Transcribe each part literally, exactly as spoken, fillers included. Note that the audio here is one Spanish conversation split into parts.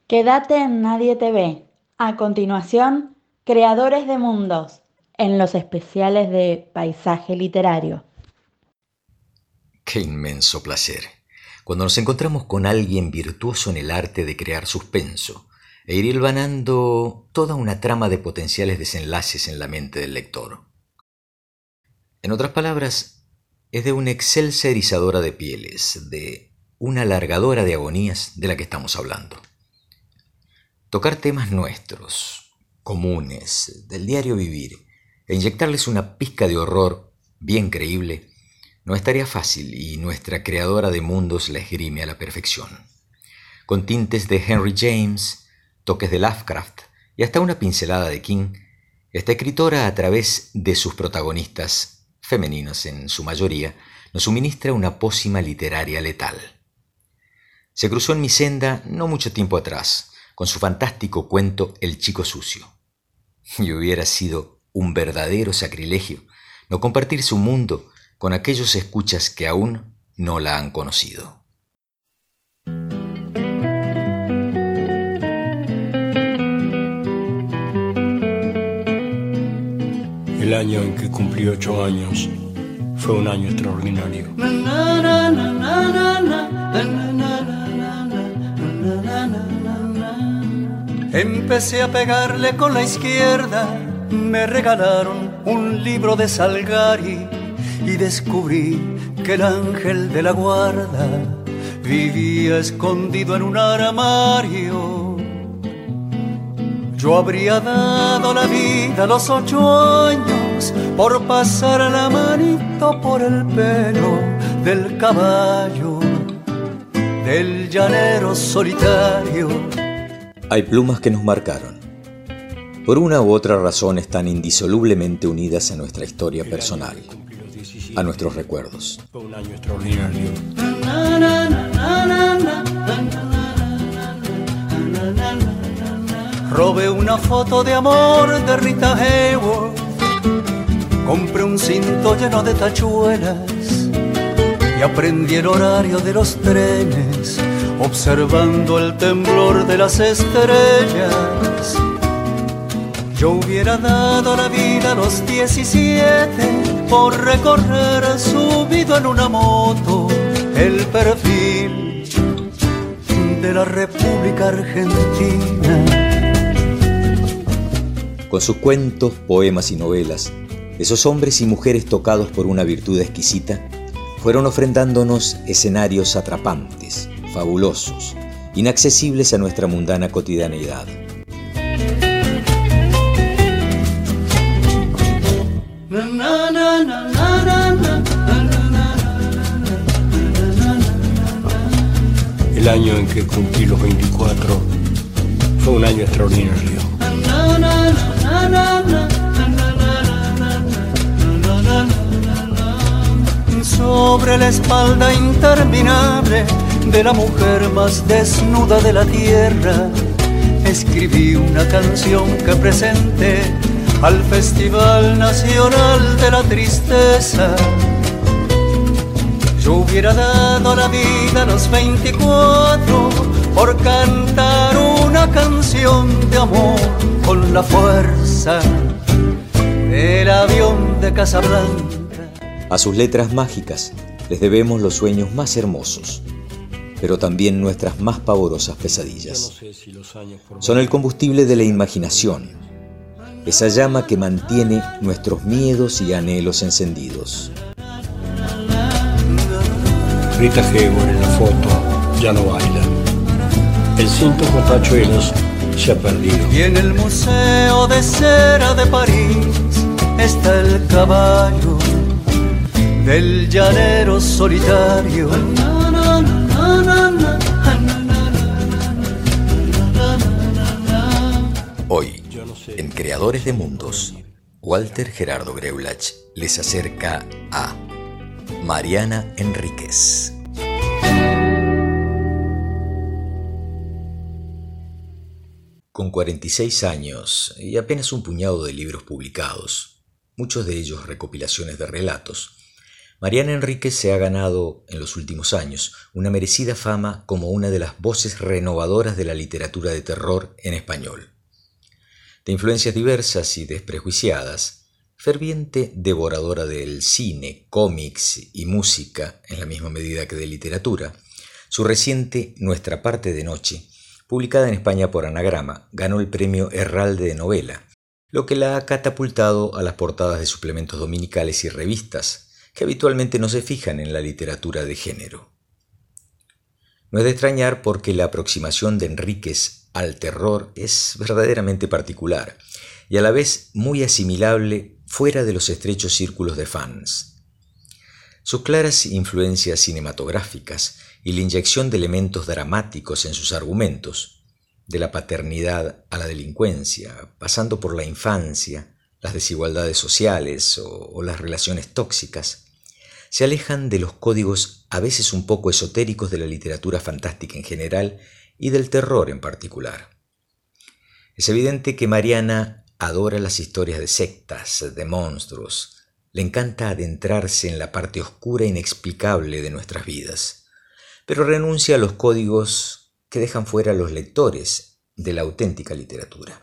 Quédate en Nadie te ve. A continuación, Creadores de Mundos, en los especiales de Paisaje Literario. Qué inmenso placer, cuando nos encontramos con alguien virtuoso en el arte de crear suspenso e ir hilvanando toda una trama de potenciales desenlaces en la mente del lector. En otras palabras, es de una excelsa erizadora de pieles, de una alargadora de agonías de la que estamos hablando. Tocar temas nuestros, comunes, del diario vivir, e inyectarles una pizca de horror bien creíble, no es tarea fácil y nuestra creadora de mundos la esgrime a la perfección. Con tintes de Henry James, toques de Lovecraft y hasta una pincelada de King, esta escritora, a través de sus protagonistas, femeninos en su mayoría, nos suministra una pócima literaria letal. Se cruzó en mi senda no mucho tiempo atrás, con su fantástico cuento El chico sucio. Y hubiera sido un verdadero sacrilegio no compartir su mundo con aquellos escuchas que aún no la han conocido. El año en que cumplí ocho años fue un año extraordinario. Empecé a pegarle con la izquierda, me regalaron un libro de Salgari y descubrí que el ángel de la guarda vivía escondido en un armario. Yo habría dado la vida a los ocho años por pasar la manito por el pelo del caballo, del llanero solitario. Hay plumas que nos marcaron. Por una u otra razón están indisolublemente unidas a nuestra historia personal, a nuestros recuerdos. Fue un año extraordinario. Robé una foto de amor de Rita Hayworth, compré un cinto lleno de tachuelas y aprendí el horario de los trenes, observando el temblor de las estrellas. Yo hubiera dado la vida a los diecisiete por recorrer subido en una moto el perfil de la República Argentina. Con sus cuentos, poemas y novelas, esos hombres y mujeres tocados por una virtud exquisita fueron ofrendándonos escenarios atrapantes, fabulosos, inaccesibles a nuestra mundana cotidianeidad. El año en que cumplí los veinticuatro fue un año extraordinario. Sobre la espalda interminable de la mujer más desnuda de la tierra, escribí una canción que presenté al Festival Nacional de la Tristeza. Yo hubiera dado la vida a los veinticuatro por cantar una canción de amor con la fuerza del avión de Casablanca. A sus letras mágicas les debemos los sueños más hermosos, pero también nuestras más pavorosas pesadillas. Son el combustible de la imaginación, esa llama que mantiene nuestros miedos y anhelos encendidos. Rita Hayworth en la foto ya no baila. El cinto con tachuelos se ha perdido. Y en el Museo de Cera de París está el caballo del llanero solitario. Hoy, en Creadores de Mundos, Walter Gerardo Greulach les acerca a Mariana Enríquez. Con cuarenta y seis años y apenas un puñado de libros publicados, muchos de ellos recopilaciones de relatos, Mariana Enríquez se ha ganado en los últimos años una merecida fama como una de las voces renovadoras de la literatura de terror en español. De influencias diversas y desprejuiciadas, ferviente devoradora del cine, cómics y música en la misma medida que de literatura, su reciente Nuestra parte de noche, publicada en España por Anagrama, ganó el premio Herralde de novela, lo que la ha catapultado a las portadas de suplementos dominicales y revistas, que habitualmente no se fijan en la literatura de género. No es de extrañar porque la aproximación de Enríquez al terror es verdaderamente particular y a la vez muy asimilable fuera de los estrechos círculos de fans. Sus claras influencias cinematográficas y la inyección de elementos dramáticos en sus argumentos, de la paternidad a la delincuencia, pasando por la infancia, las desigualdades sociales o, o las relaciones tóxicas, se alejan de los códigos a veces un poco esotéricos de la literatura fantástica en general y del terror en particular. Es evidente que Mariana adora las historias de sectas, de monstruos. Le encanta adentrarse en la parte oscura e inexplicable de nuestras vidas, pero renuncia a los códigos que dejan fuera a los lectores de la auténtica literatura.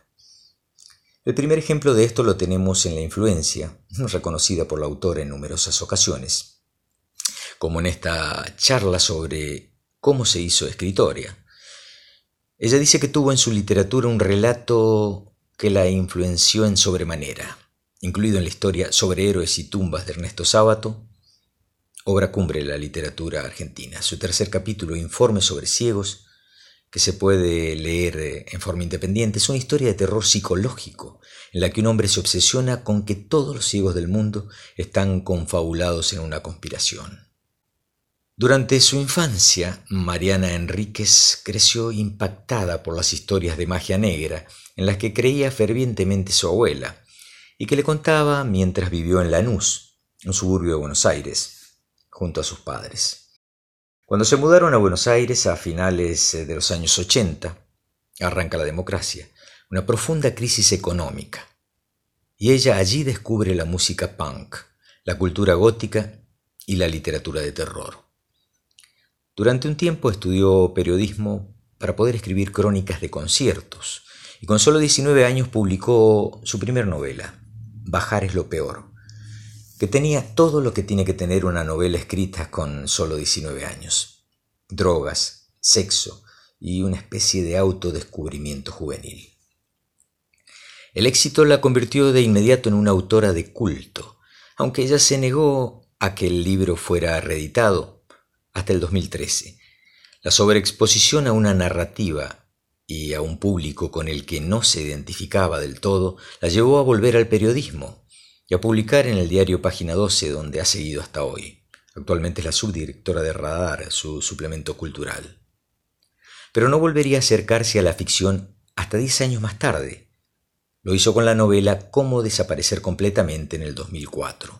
El primer ejemplo de esto lo tenemos en la influencia, reconocida por la autora en numerosas ocasiones, como en esta charla sobre cómo se hizo escritora. Ella dice que tuvo en su literatura un relato que la influenció en sobremanera, incluido en la historia Sobre héroes y tumbas de Ernesto Sábato, obra cumbre de la literatura argentina. Su tercer capítulo, Informe sobre ciegos, que se puede leer en forma independiente, es una historia de terror psicológico en la que un hombre se obsesiona con que todos los ciegos del mundo están confabulados en una conspiración. Durante su infancia, Mariana Enríquez creció impactada por las historias de magia negra en las que creía fervientemente su abuela y que le contaba mientras vivió en Lanús, un suburbio de Buenos Aires, junto a sus padres. Cuando se mudaron a Buenos Aires a finales de los años ochenta, arranca la democracia, una profunda crisis económica, y ella allí descubre la música punk, la cultura gótica y la literatura de terror. Durante un tiempo estudió periodismo para poder escribir crónicas de conciertos y con solo diecinueve años publicó su primer novela, Bajar es lo peor, que tenía todo lo que tiene que tener una novela escrita con solo diecinueve años: drogas, sexo y una especie de autodescubrimiento juvenil. El éxito la convirtió de inmediato en una autora de culto, aunque ella se negó a que el libro fuera reeditado hasta el dos mil trece. La sobreexposición a una narrativa y a un público con el que no se identificaba del todo la llevó a volver al periodismo y a publicar en el diario Página doce, donde ha seguido hasta hoy. Actualmente es la subdirectora de Radar, su suplemento cultural. Pero no volvería a acercarse a la ficción hasta diez años más tarde. Lo hizo con la novela Cómo desaparecer completamente en el dos mil cuatro.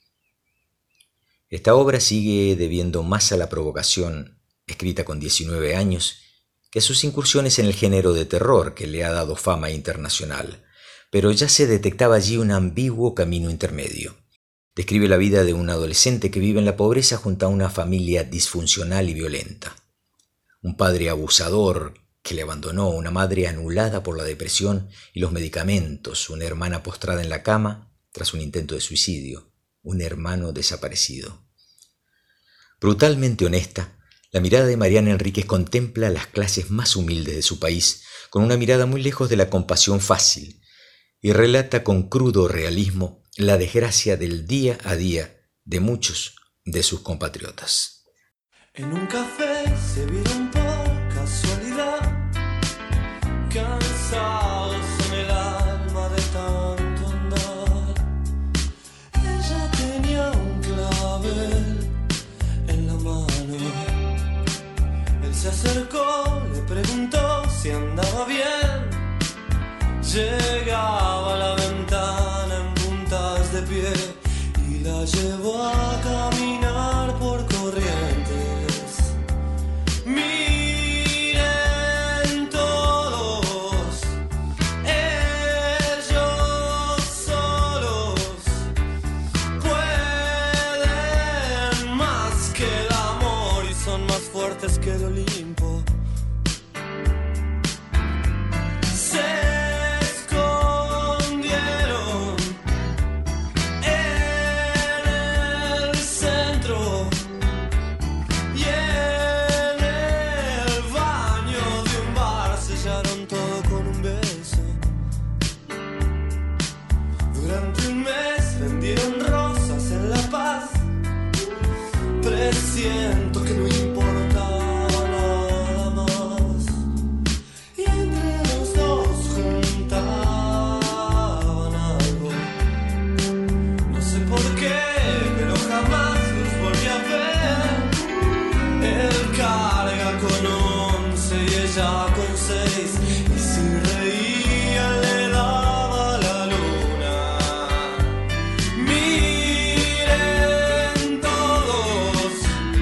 Esta obra sigue debiendo más a la provocación, escrita con diecinueve años, que a sus incursiones en el género de terror que le ha dado fama internacional, pero ya se detectaba allí un ambiguo camino intermedio. Describe la vida de un adolescente que vive en la pobreza junto a una familia disfuncional y violenta. Un padre abusador que le abandonó, una madre anulada por la depresión y los medicamentos, una hermana postrada en la cama tras un intento de suicidio, un hermano desaparecido. Brutalmente honesta, la mirada de Mariana Enríquez contempla las clases más humildes de su país con una mirada muy lejos de la compasión fácil y relata con crudo realismo la desgracia del día a día de muchos de sus compatriotas. En un café se vieron por casualidad, cansados en el alma de tanto andar. Ella tenía un clavel en la mano. Él se acercó, le preguntó si andaba bien. Llegaba a la ventana en puntas de pie y la llevó a caminar por Corrientes. Miren todos, ellos solos pueden y si reía le daba la luna. Miren todos,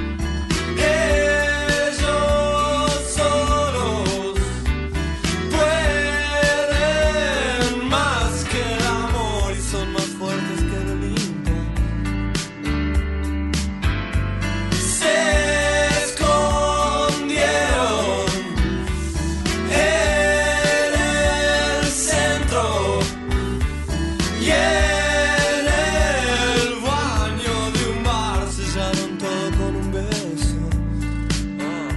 ellos solos pueden más que el amor y son más fuertes que el Olimpo. Se escondieron en el centro y en el baño de un bar sellaron todo con un beso. Ah.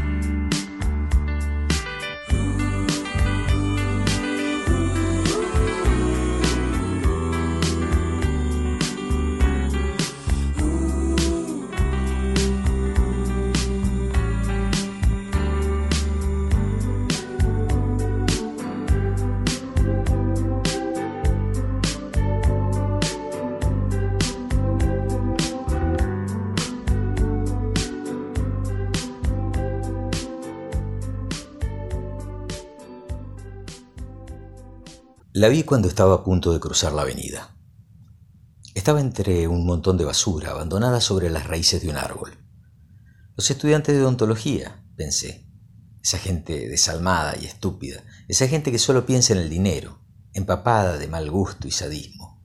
La vi cuando estaba a punto de cruzar la avenida. Estaba entre un montón de basura abandonada sobre las raíces de un árbol. Los estudiantes de odontología, pensé. Esa gente desalmada y estúpida. Esa gente que solo piensa en el dinero, empapada de mal gusto y sadismo.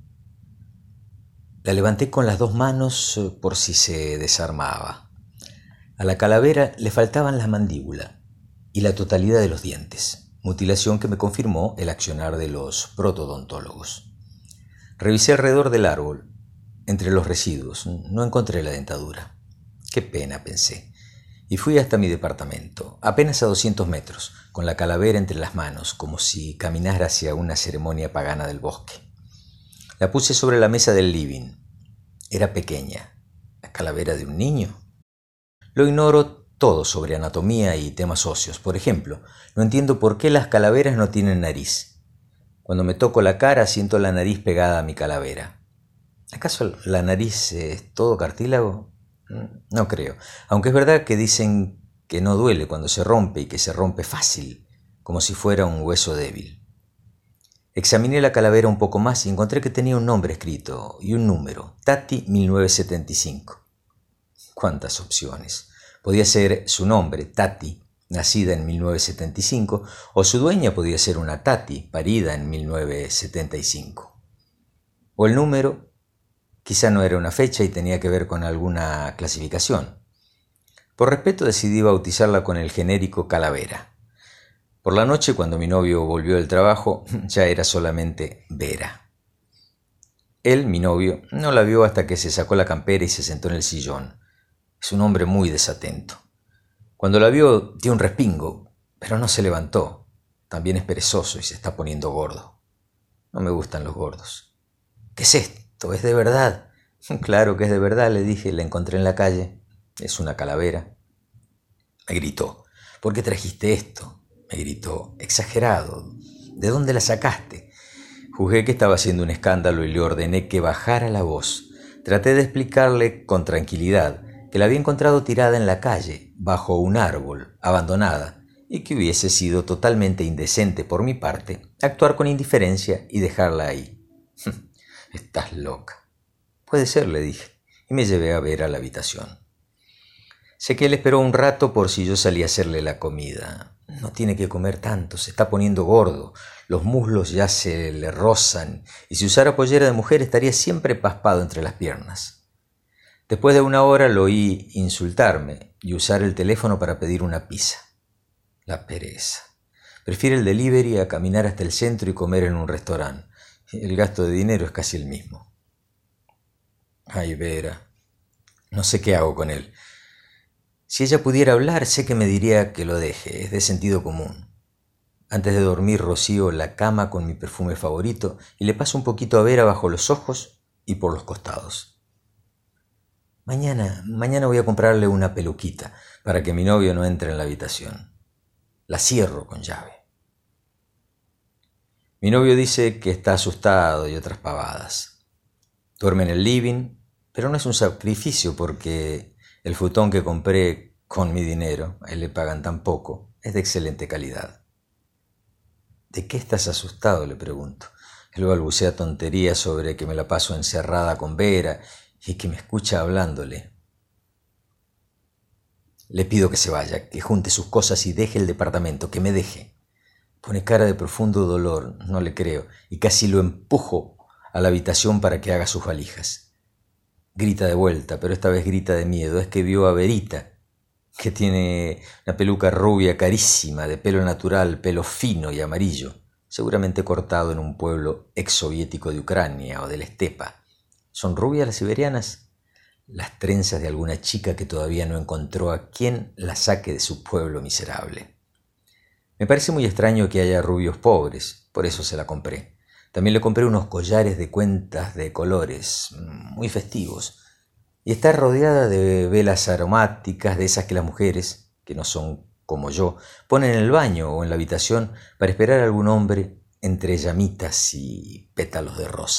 La levanté con las dos manos por si se desarmaba. A la calavera le faltaban la mandíbula y la totalidad de los dientes. Mutilación que me confirmó el accionar de los protodontólogos. Revisé alrededor del árbol, entre los residuos. No encontré la dentadura. Qué pena, pensé. Y fui hasta mi departamento, apenas a doscientos metros, con la calavera entre las manos, como si caminara hacia una ceremonia pagana del bosque. La puse sobre la mesa del living. Era pequeña. ¿La calavera de un niño? Lo ignoro todo sobre anatomía y temas óseos. Por ejemplo, no entiendo por qué las calaveras no tienen nariz. Cuando me toco la cara siento la nariz pegada a mi calavera. ¿Acaso la nariz es todo cartílago? No creo, aunque es verdad que dicen que no duele cuando se rompe y que se rompe fácil, como si fuera un hueso débil. Examiné la calavera un poco más y encontré que tenía un nombre escrito y un número, Tati mil novecientos setenta y cinco. ¿Cuántas opciones? Podía ser su nombre, Tati, nacida en mil novecientos setenta y cinco, o su dueña podía ser una Tati, parida en mil novecientos setenta y cinco. O el número, quizá no era una fecha y tenía que ver con alguna clasificación. Por respeto decidí bautizarla con el genérico Calavera. Por la noche, cuando mi novio volvió del trabajo, ya era solamente Vera. Él, mi novio, no la vio hasta que se sacó la campera y se sentó en el sillón. Es un hombre muy desatento. Cuando la vio, dio un respingo, pero no se levantó. También es perezoso y se está poniendo gordo. No me gustan los gordos. ¿Qué es esto? ¿Es de verdad? Claro que es de verdad, le dije. La encontré en la calle. Es una calavera. Me gritó. ¿Por qué trajiste esto? Me gritó. Exagerado. ¿De dónde la sacaste? Juzgué que estaba haciendo un escándalo y le ordené que bajara la voz. Traté de explicarle con tranquilidad que la había encontrado tirada en la calle, bajo un árbol, abandonada, y que hubiese sido totalmente indecente por mi parte actuar con indiferencia y dejarla ahí. Estás loca. Puede ser, le dije, y me llevé a ver a la habitación. Sé que él esperó un rato por si yo salía a hacerle la comida. No tiene que comer tanto, se está poniendo gordo, los muslos ya se le rozan, y si usara pollera de mujer estaría siempre paspado entre las piernas. Después de una hora lo oí insultarme y usar el teléfono para pedir una pizza. La pereza. Prefiere el delivery a caminar hasta el centro y comer en un restaurante. El gasto de dinero es casi el mismo. Ay, Vera, no sé qué hago con él. Si ella pudiera hablar, sé que me diría que lo deje, es de sentido común. Antes de dormir rocío la cama con mi perfume favorito y le paso un poquito a Vera bajo los ojos y por los costados. Mañana, mañana voy a comprarle una peluquita para que mi novio no entre en la habitación. La cierro con llave. Mi novio dice que está asustado y otras pavadas. Duerme en el living, pero no es un sacrificio porque el futón que compré con mi dinero, a él le pagan tan poco, es de excelente calidad. ¿De qué estás asustado?, le pregunto. Él balbucea tonterías sobre que me la paso encerrada con Vera y que me escucha hablándole. Le pido que se vaya, que junte sus cosas y deje el departamento, que me deje. Pone cara de profundo dolor, no le creo, y casi lo empujo a la habitación para que haga sus valijas. Grita de vuelta, pero esta vez grita de miedo. Es que vio a Verita, que tiene una peluca rubia carísima, de pelo natural, pelo fino y amarillo, seguramente cortado en un pueblo exsoviético de Ucrania o de la estepa. ¿Son rubias las siberianas? Las trenzas de alguna chica que todavía no encontró a quien la saque de su pueblo miserable. Me parece muy extraño que haya rubios pobres, por eso se la compré. También le compré unos collares de cuentas de colores, muy festivos, y está rodeada de velas aromáticas, de esas que las mujeres, que no son como yo, ponen en el baño o en la habitación para esperar a algún hombre entre llamitas y pétalos de rosa.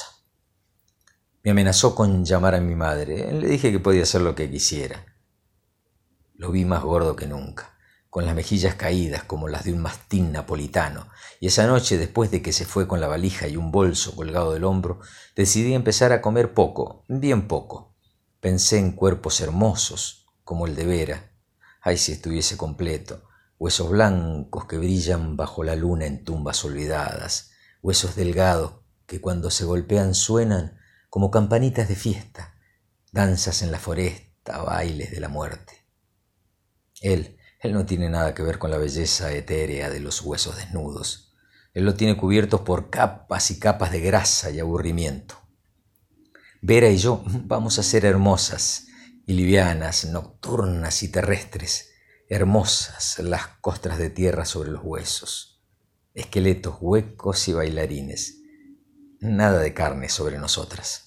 Me amenazó con llamar a mi madre. Le dije que podía hacer lo que quisiera. Lo vi más gordo que nunca, con las mejillas caídas como las de un mastín napolitano, y esa noche, después de que se fue con la valija y un bolso colgado del hombro, decidí empezar a comer poco, bien poco. Pensé en cuerpos hermosos, como el de Vera. Ay, si estuviese completo. Huesos blancos que brillan bajo la luna en tumbas olvidadas. Huesos delgados que cuando se golpean suenan como campanitas de fiesta. Danzas en la foresta, bailes de la muerte. Él, él no tiene nada que ver con la belleza etérea de los huesos desnudos. Él lo tiene cubiertos por capas y capas de grasa y aburrimiento. Vera y yo vamos a ser hermosas y livianas, nocturnas y terrestres, hermosas las costras de tierra sobre los huesos, esqueletos huecos y bailarines, nada de carne sobre nosotras.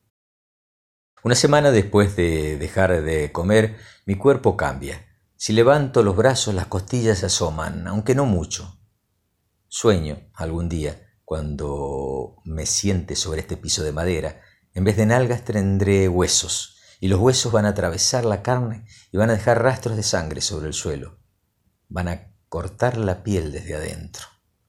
Una semana después de dejar de comer, mi cuerpo cambia. Si levanto los brazos, las costillas se asoman, aunque no mucho. Sueño algún día, cuando me siente sobre este piso de madera, en vez de nalgas tendré huesos, y los huesos van a atravesar la carne y van a dejar rastros de sangre sobre el suelo. Van a cortar la piel desde adentro.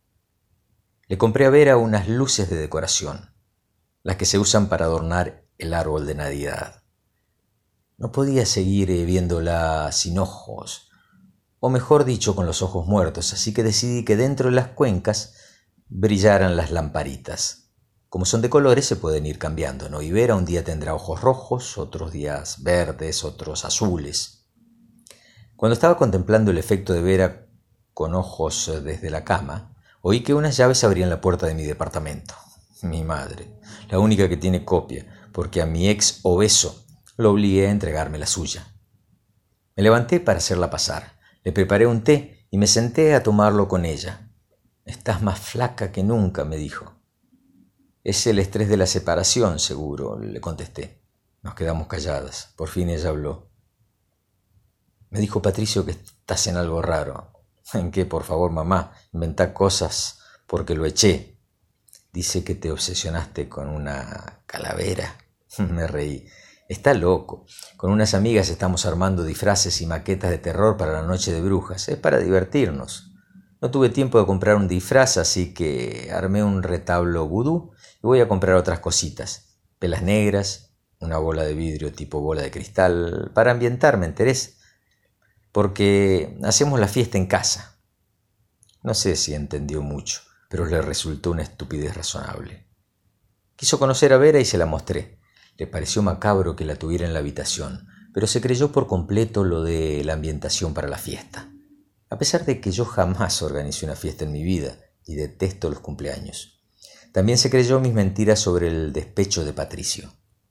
Le compré a Vera unas luces de decoración, las que se usan para adornar el árbol de Navidad. No podía seguir viéndola sin ojos, o mejor dicho, con los ojos muertos, así que decidí que dentro de las cuencas brillaran las lamparitas. Como son de colores, se pueden ir cambiando, ¿no? Y Vera un día tendrá ojos rojos, otros días verdes, otros azules. Cuando estaba contemplando el efecto de Vera con ojos desde la cama, oí que unas llaves abrían la puerta de mi departamento. Mi madre, la única que tiene copia, porque a mi ex obeso lo obligué a entregarme la suya. Me levanté para hacerla pasar, le preparé un té y me senté a tomarlo con ella. «Estás más flaca que nunca», me dijo. «Es el estrés de la separación, seguro», le contesté. Nos quedamos calladas. Por fin ella habló. «Me dijo Patricio que estás en algo raro». «¿En qué, por favor, mamá? Inventá cosas porque lo eché». «Dice que te obsesionaste con una calavera». Me reí. «Está loco. Con unas amigas estamos armando disfraces y maquetas de terror para la noche de brujas. Es para divertirnos. No tuve tiempo de comprar un disfraz, así que armé un retablo vudú y voy a comprar otras cositas. Velas negras, una bola de vidrio tipo bola de cristal, para ambientarme, ¿enterés? Porque hacemos la fiesta en casa». No sé si entendió mucho, pero le resultó una estupidez razonable. Quiso conocer a Vera y se la mostré. Le pareció macabro que la tuviera en la habitación, pero se creyó por completo lo de la ambientación para la fiesta. A pesar de que yo jamás organicé una fiesta en mi vida y detesto los cumpleaños. También se creyó mis mentiras sobre el despecho de Patricio.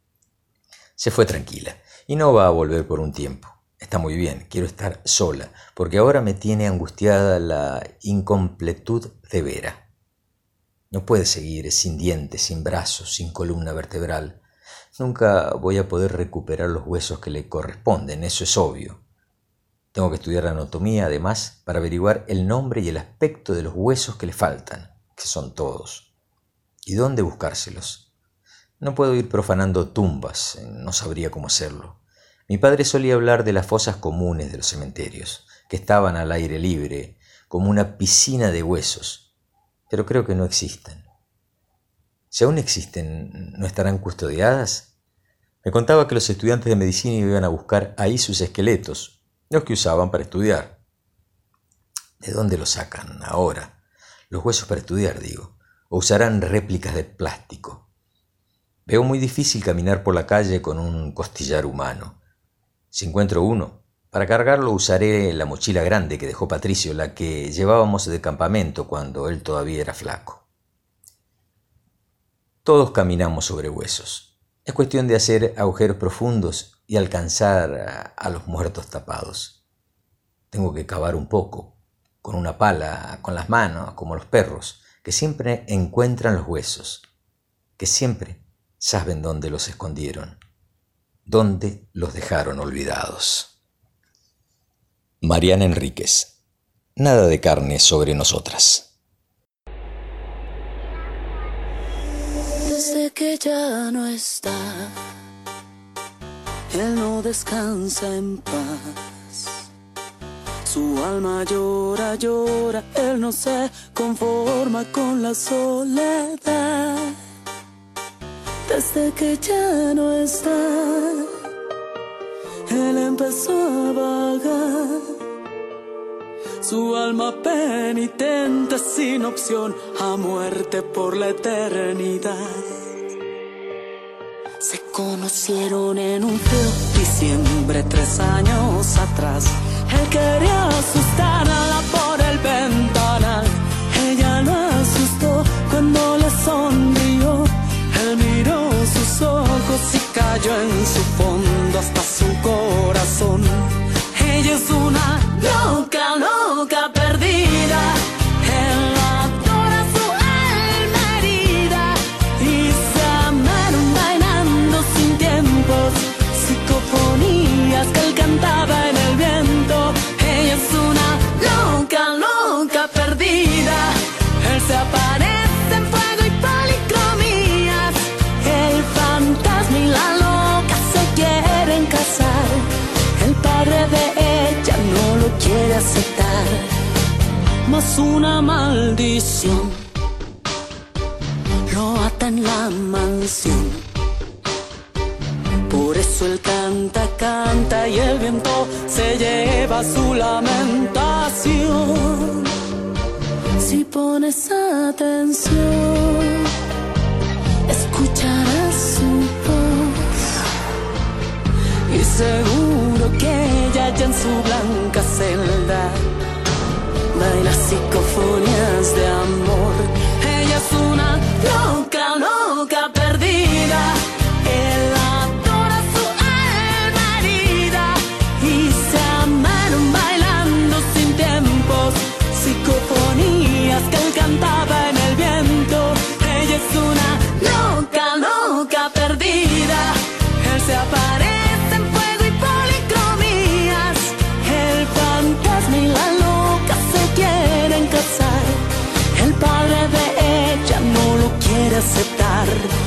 Se fue tranquila y no va a volver por un tiempo. Está muy bien, quiero estar sola, porque ahora me tiene angustiada la incompletud de Vera. No puede seguir sin dientes, sin brazos, sin columna vertebral. Nunca voy a poder recuperar los huesos que le corresponden, eso es obvio. Tengo que estudiar anatomía, además, para averiguar el nombre y el aspecto de los huesos que le faltan, que son todos. ¿Y dónde buscárselos? No puedo ir profanando tumbas, no sabría cómo hacerlo. Mi padre solía hablar de las fosas comunes de los cementerios, que estaban al aire libre, como una piscina de huesos. pero creo que no existen. Si aún existen, ¿no estarán custodiadas? Me contaba que los estudiantes de medicina iban a buscar ahí sus esqueletos, los que usaban para estudiar. ¿De dónde los sacan ahora? Los huesos para estudiar, digo. ¿O usarán réplicas de plástico? Veo muy difícil caminar por la calle con un costillar humano. Si encuentro uno, para cargarlo usaré la mochila grande que dejó Patricio, la que llevábamos de campamento cuando él todavía era flaco. Todos caminamos sobre huesos. Es cuestión de hacer agujeros profundos y alcanzar a, a los muertos tapados. Tengo que cavar un poco, con una pala, con las manos, como los perros, que siempre encuentran los huesos, que siempre saben dónde los escondieron, dónde los dejaron olvidados. Mariana Enríquez. Nada de carne sobre nosotras. Desde que ya no está, él no descansa en paz. Su alma llora, llora, él no se conforma con la soledad. Desde que ya no está, él empezó a vagar. Su alma penitente sin opción a muerte por la eternidad. Se conocieron en un frío diciembre tres años atrás. Él quería asustarla por el ventanal. Ella lo asustó cuando le sonrió. Él miró sus ojos y cayó en su fondo hasta su corazón. Ella es una loca, loca perdida. Él adora su alma herida. Y se amaron bailando sin tiempos. Psicofonías que él cantaba en el viento. Ella es una loca, loca perdida. Él se aparece en fuego y policromías. El fantasma y la loca se quieren casar. El padre de ella no lo quiere aceptar. Mas una maldición lo ata en la mansión. Por eso él canta, canta y el viento se lleva su lamentación. Si pones atención, escucharás su voz. Y seguro que ella ya en su blanca celda baila psicofonías de amor. Ella es una loca, loca perdida. Él adora su alma herida. Y se amaron bailando sin tiempos. Psicofonías que él cantaba en el viento. Ella es una loca, loca perdida. Él se aparece en fuego y policromías. El fantasma y la loca se quieren casar. El padre de ella no lo quiere aceptar.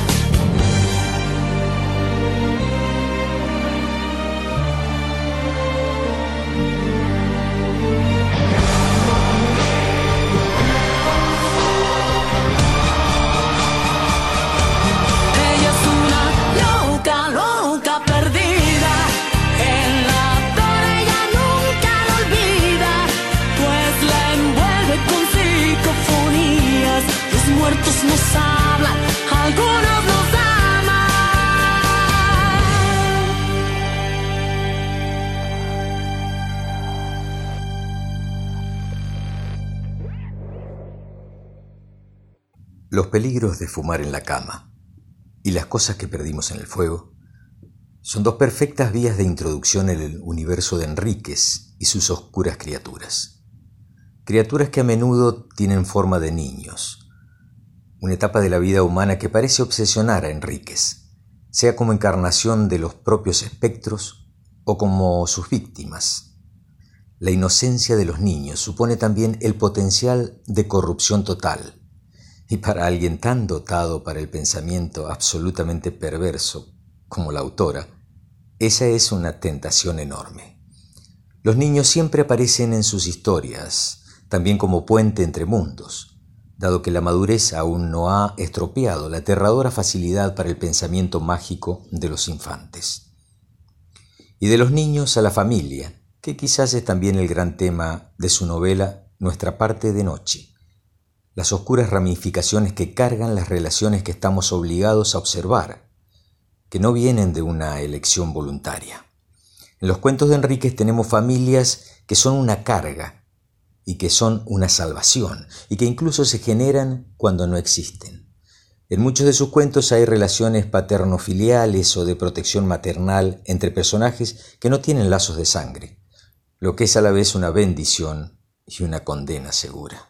Ella es una loca, loca perdida. Él la adora, ella nunca lo olvida. Pues la envuelve con psicofonías. Los muertos nos hablan, algunos nos aman. Los peligros de fumar en la cama y las cosas que perdimos en el fuego son dos perfectas vías de introducción en el universo de Enríquez y sus oscuras criaturas. Criaturas que a menudo tienen forma de niños, una etapa de la vida humana que parece obsesionar a Enríquez, sea como encarnación de los propios espectros o como sus víctimas. La inocencia de los niños supone también el potencial de corrupción total, y para alguien tan dotado para el pensamiento absolutamente perverso como la autora, esa es una tentación enorme. Los niños siempre aparecen en sus historias, también como puente entre mundos, dado que la madurez aún no ha estropeado la aterradora facilidad para el pensamiento mágico de los infantes. Y de los niños a la familia, que quizás es también el gran tema de su novela Nuestra parte de noche, las oscuras ramificaciones que cargan las relaciones que estamos obligados a observar, que no vienen de una elección voluntaria. En los cuentos de Enríquez tenemos familias que son una carga y que son una salvación y que incluso se generan cuando no existen. En muchos de sus cuentos hay relaciones paterno-filiales o de protección maternal entre personajes que no tienen lazos de sangre, lo que es a la vez una bendición y una condena segura.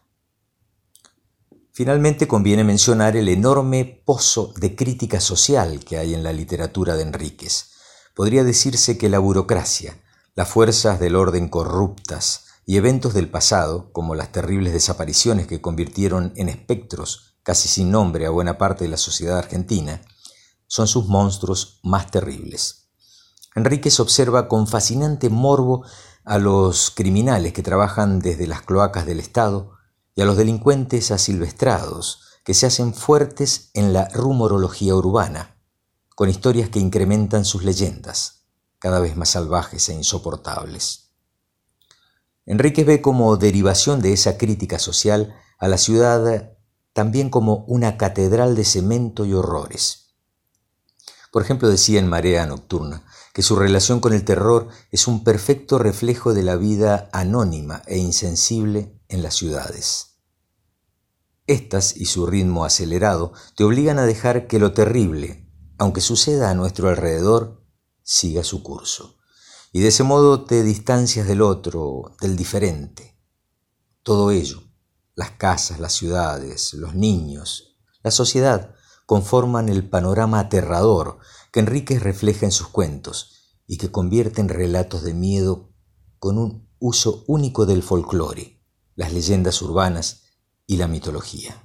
Finalmente conviene mencionar el enorme pozo de crítica social que hay en la literatura de Enríquez. Podría decirse que la burocracia, las fuerzas del orden corruptas y eventos del pasado, como las terribles desapariciones que convirtieron en espectros casi sin nombre a buena parte de la sociedad argentina, son sus monstruos más terribles. Enríquez observa con fascinante morbo a los criminales que trabajan desde las cloacas del Estado y a los delincuentes asilvestrados que se hacen fuertes en la rumorología urbana, con historias que incrementan sus leyendas, cada vez más salvajes e insoportables. Enríquez ve como derivación de esa crítica social a la ciudad también como una catedral de cemento y horrores. Por ejemplo, decía en Marea Nocturna que su relación con el terror es un perfecto reflejo de la vida anónima e insensible en las ciudades. Estas y su ritmo acelerado te obligan a dejar que lo terrible, aunque suceda a nuestro alrededor, siga su curso. Y de ese modo te distancias del otro, del diferente. Todo ello, las casas, las ciudades, los niños, la sociedad, conforman el panorama aterrador que Enríquez refleja en sus cuentos y que convierte en relatos de miedo con un uso único del folclore, las leyendas urbanas y la mitología.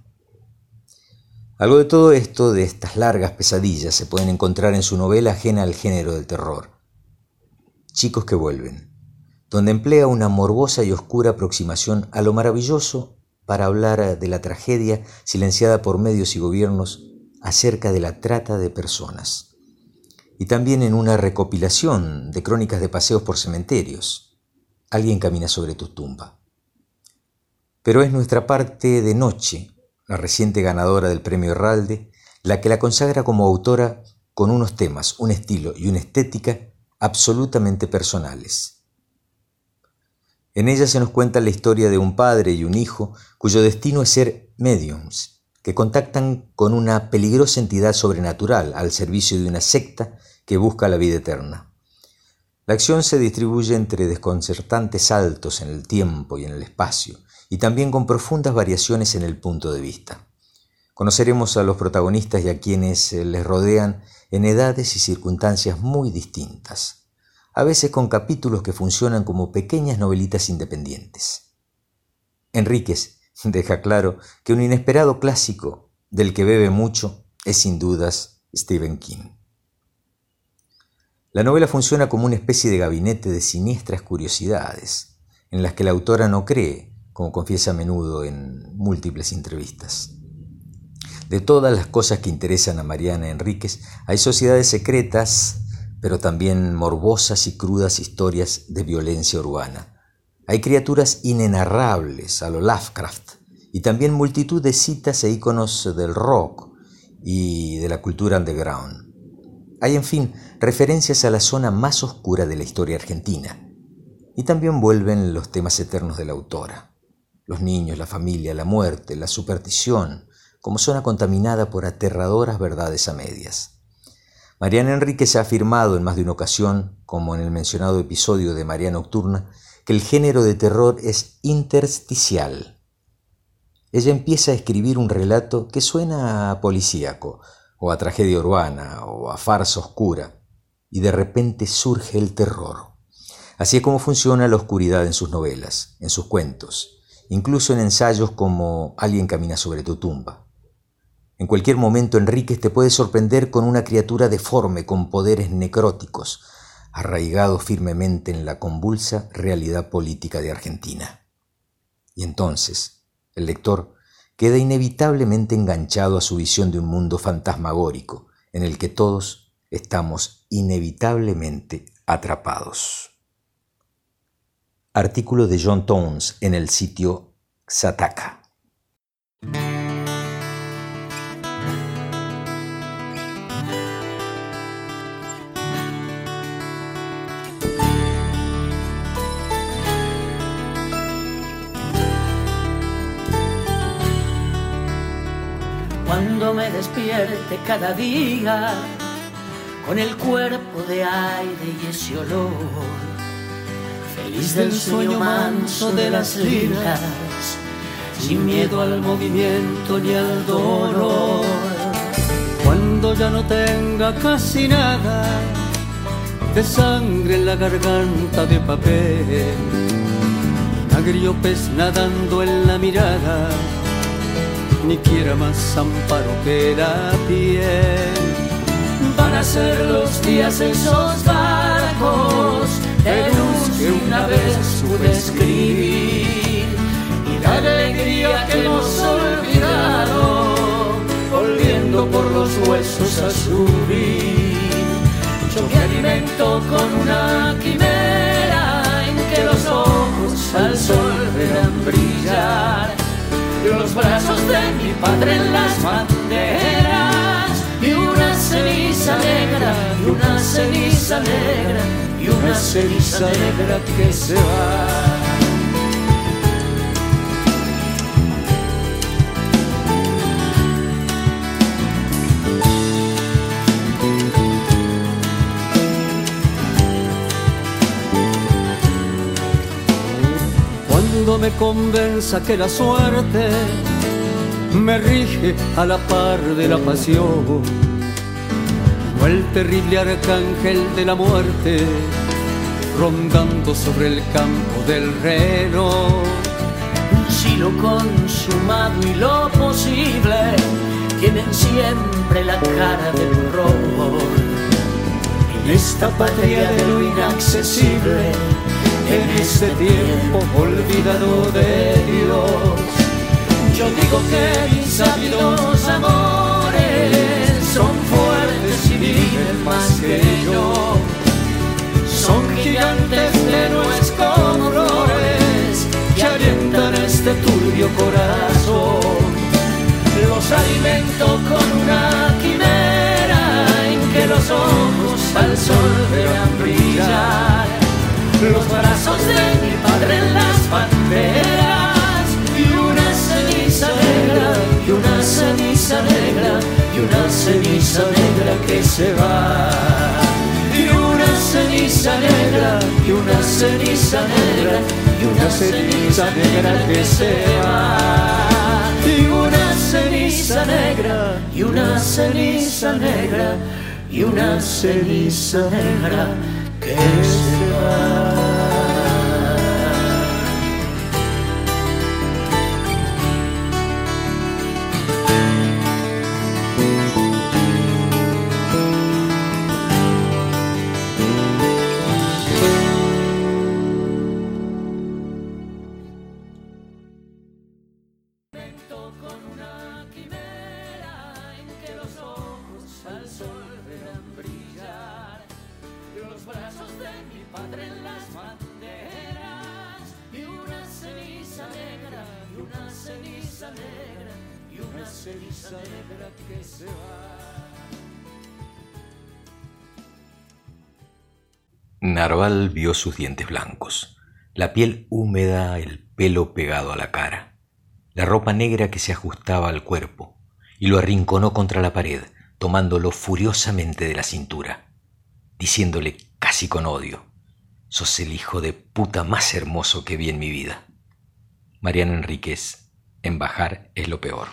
Algo de todo esto, de estas largas pesadillas, se pueden encontrar en su novela ajena al género del terror, Chicos que vuelven, donde emplea una morbosa y oscura aproximación a lo maravilloso para hablar de la tragedia silenciada por medios y gobiernos acerca de la trata de personas. Y también en una recopilación de crónicas de paseos por cementerios, Alguien camina sobre tu tumba. Pero es Nuestra parte de noche, la reciente ganadora del Premio Herralde, la que la consagra como autora con unos temas, un estilo y una estética absolutamente personales. En ella se nos cuenta la historia de un padre y un hijo cuyo destino es ser mediums, que contactan con una peligrosa entidad sobrenatural al servicio de una secta que busca la vida eterna. La acción se distribuye entre desconcertantes saltos en el tiempo y en el espacio, y también con profundas variaciones en el punto de vista. Conoceremos a los protagonistas y a quienes les rodean en edades y circunstancias muy distintas, a veces con capítulos que funcionan como pequeñas novelitas independientes. Enríquez deja claro que un inesperado clásico del que bebe mucho es sin dudas Stephen King. La novela funciona como una especie de gabinete de siniestras curiosidades, en las que la autora no cree, como confiesa a menudo en múltiples entrevistas. De todas las cosas que interesan a Mariana Enríquez, hay sociedades secretas, pero también morbosas y crudas historias de violencia urbana. Hay criaturas inenarrables a lo Lovecraft, y también multitud de citas e íconos del rock y de la cultura underground. Hay, en fin, referencias a la zona más oscura de la historia argentina, y también vuelven los temas eternos de la autora. Los niños, la familia, la muerte, la superstición, como zona contaminada por aterradoras verdades a medias. Mariana Enríquez ha afirmado en más de una ocasión, como en el mencionado episodio de Marea Nocturna, que el género de terror es intersticial. Ella empieza a escribir un relato que suena a policíaco, o a tragedia urbana, o a farsa oscura, y de repente surge el terror. Así es como funciona la oscuridad en sus novelas, en sus cuentos, incluso en ensayos como Alguien camina sobre tu tumba. En cualquier momento Enríquez te puede sorprender con una criatura deforme con poderes necróticos, arraigado firmemente en la convulsa realidad política de Argentina. Y entonces, el lector queda inevitablemente enganchado a su visión de un mundo fantasmagórico en el que todos estamos inevitablemente atrapados. Artículo de John Townes en el sitio Xataka. Cuando me despierte cada día con el cuerpo de aire y ese olor, feliz del sueño manso de las lilas, sin miedo al movimiento ni al dolor. Cuando ya no tenga casi nada de sangre en la garganta de papel, agrio pez nadando en la mirada, ni quiera más amparo que la piel. Van a ser los días esos barcos de luz que una vez pude escribir, y la alegría que hemos olvidado, volviendo por los huesos a subir. Yo me alimento con una quimera en que los ojos al sol verán brillar los brazos de mi padre en las banderas, y una ceniza negra, y una ceniza negra, y una ceniza negra que se va. Cuando me convenza que la suerte me rige a la par de la pasión, o el terrible arcángel de la muerte rondando sobre el campo del reloj. Si lo consumado y lo posible tienen siempre la cara del horror, en esta patria de lo inaccesible, en este tiempo olvidado de Dios, yo digo que mis sabidos amores son fuertes y viven más que yo. Son gigantes de escombros que alientan este turbio corazón. Los alimento con una quimera en que los ojos al sol verán brillar los brazos de mi padre en las banderas, y una ceniza negra, y una ceniza negra, y una ceniza negra que se va. Y una ceniza negra, y una ceniza negra, y una ceniza negra que se va. Y una ceniza negra, y una ceniza negra, y una ceniza negra que se va. Narval vio sus dientes blancos, la piel húmeda, el pelo pegado a la cara, la ropa negra que se ajustaba al cuerpo, y lo arrinconó contra la pared, tomándolo furiosamente de la cintura, diciéndole casi con odio: «Sos el hijo de puta más hermoso que vi en mi vida». Mariana Enríquez, en Bajar es lo peor.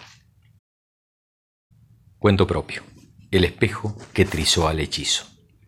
Cuento propio: el espejo que trizó al hechizo.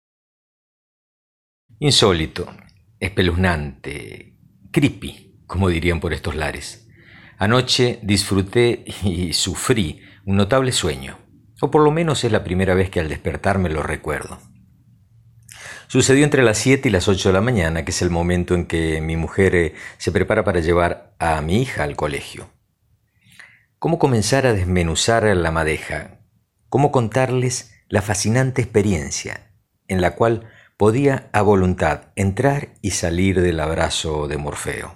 Insólito, espeluznante, creepy, como dirían por estos lares. Anoche disfruté y sufrí un notable sueño, o por lo menos es la primera vez que al despertarme lo recuerdo. Sucedió entre las siete y las ocho de la mañana, que es el momento en que mi mujer eh, se prepara para llevar a mi hija al colegio. ¿Cómo comenzar a desmenuzar la madeja? ¿Cómo contarles la fascinante experiencia en la cual podía a voluntad entrar y salir del abrazo de Morfeo?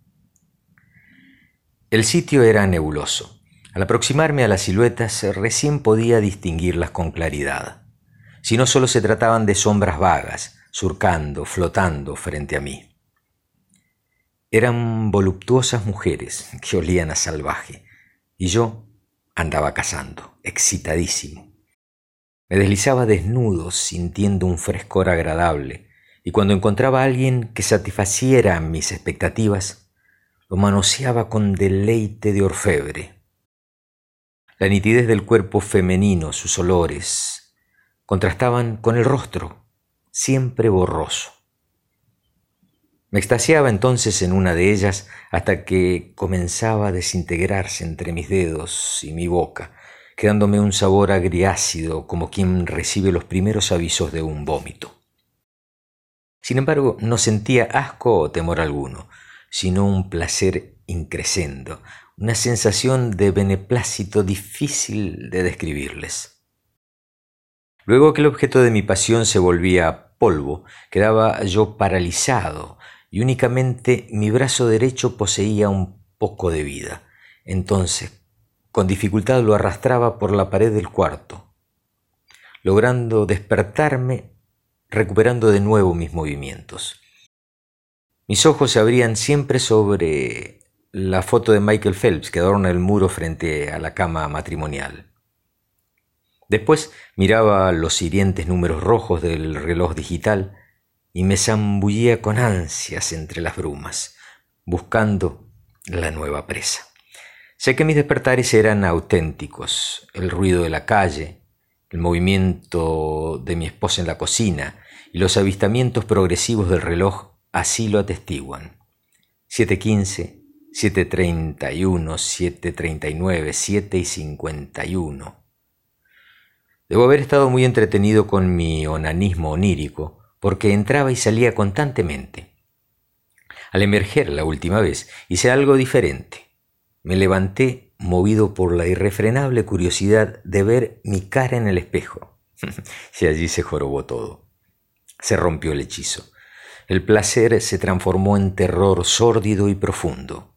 El sitio era nebuloso. Al aproximarme a las siluetas recién podía distinguirlas con claridad. Si no, solo se trataban de sombras vagas, surcando, flotando frente a mí. Eran voluptuosas mujeres que olían a salvaje, y yo andaba cazando, excitadísimo. Me deslizaba desnudo, sintiendo un frescor agradable, y cuando encontraba a alguien que satisfaciera mis expectativas, lo manoseaba con deleite de orfebre. La nitidez del cuerpo femenino, sus olores, contrastaban con el rostro, siempre borroso. Me extasiaba entonces en una de ellas hasta que comenzaba a desintegrarse entre mis dedos y mi boca, quedándome un sabor agriácido como quien recibe los primeros avisos de un vómito. Sin embargo, no sentía asco o temor alguno, sino un placer increscendo, una sensación de beneplácito difícil de describirles. Luego que el objeto de mi pasión se volvía polvo, quedaba yo paralizado y únicamente mi brazo derecho poseía un poco de vida. Entonces, con dificultad lo arrastraba por la pared del cuarto, logrando despertarme, recuperando de nuevo mis movimientos. Mis ojos se abrían siempre sobre la foto de Michael Phelps que adorna el muro frente a la cama matrimonial. Después miraba los hirientes números rojos del reloj digital y me zambullía con ansias entre las brumas, buscando la nueva presa. Sé que mis despertares eran auténticos, el ruido de la calle, el movimiento de mi esposa en la cocina y los avistamientos progresivos del reloj así lo atestiguan. siete quince, siete treinta y uno, siete treinta y nueve, siete y cincuenta y uno. Debo haber estado muy entretenido con mi onanismo onírico, porque entraba y salía constantemente. Al emerger la última vez, hice algo diferente. Me levanté movido por la irrefrenable curiosidad de ver mi cara en el espejo. Y allí se jorobó todo. Se rompió el hechizo. El placer se transformó en terror sórdido y profundo.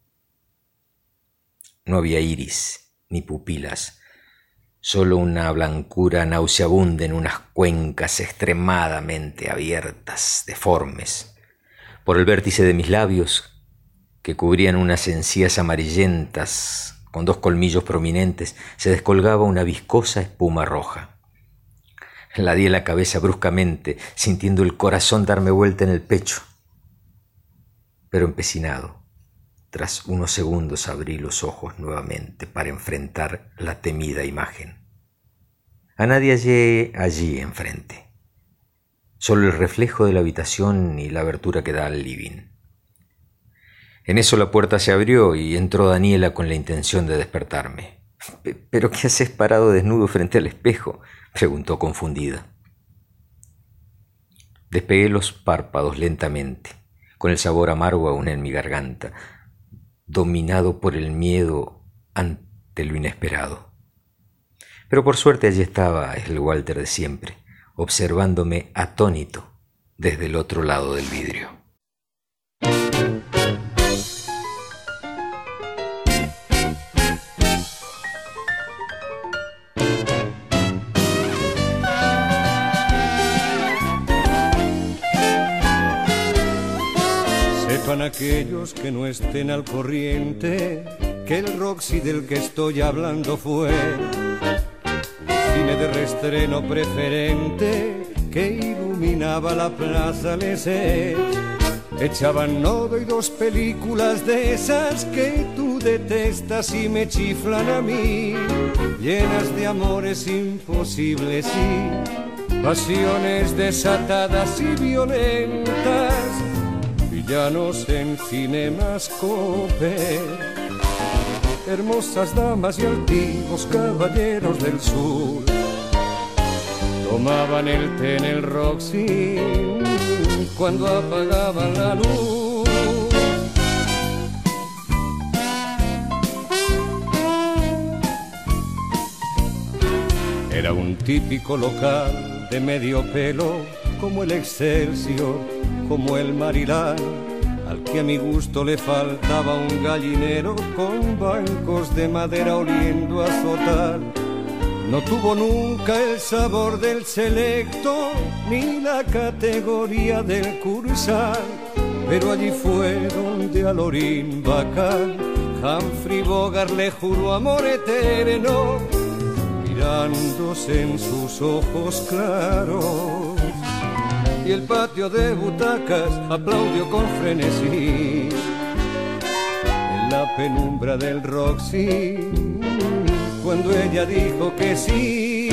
No había iris ni pupilas, solo una blancura nauseabunda en unas cuencas extremadamente abiertas, deformes. Por el vértice de mis labios, que cubrían unas encías amarillentas con dos colmillos prominentes, se descolgaba una viscosa espuma roja. La di la cabeza bruscamente, sintiendo el corazón darme vuelta en el pecho. Pero empecinado, tras unos segundos abrí los ojos nuevamente para enfrentar la temida imagen. A nadie hallé allí enfrente, solo el reflejo de la habitación y la abertura que da al living. En eso la puerta se abrió y entró Daniela con la intención de despertarme. ¿Pero qué haces parado desnudo frente al espejo?, preguntó confundida. Despegué los párpados lentamente, con el sabor amargo aún en mi garganta, dominado por el miedo ante lo inesperado. Pero por suerte allí estaba el Walter de siempre, observándome atónito desde el otro lado del vidrio. Sepan aquellos que no estén al corriente que el Roxy del que estoy hablando fue cine de reestreno preferente que iluminaba la Plaza Lesseps. Echaban nodo y dos películas de esas que tú detestas y me chiflan a mí, llenas de amores imposibles y pasiones desatadas y violentas, villanos en Cinemascope, hermosas damas y altivos caballeros del sur tomaban el té en el Roxy cuando apagaban la luz. Era un típico local de medio pelo, como el Excelsior, como el Marilán, al que a mi gusto le faltaba un gallinero con bancos de madera oliendo a azotar. No tuvo nunca el sabor del Selecto ni la categoría del Cursal, pero allí fue donde a Lorín Bacall Humphrey Bogart le juró amor eterno, mirándose en sus ojos claros. Y el patio de butacas aplaudió con frenesí en la penumbra del Roxy cuando ella dijo que sí.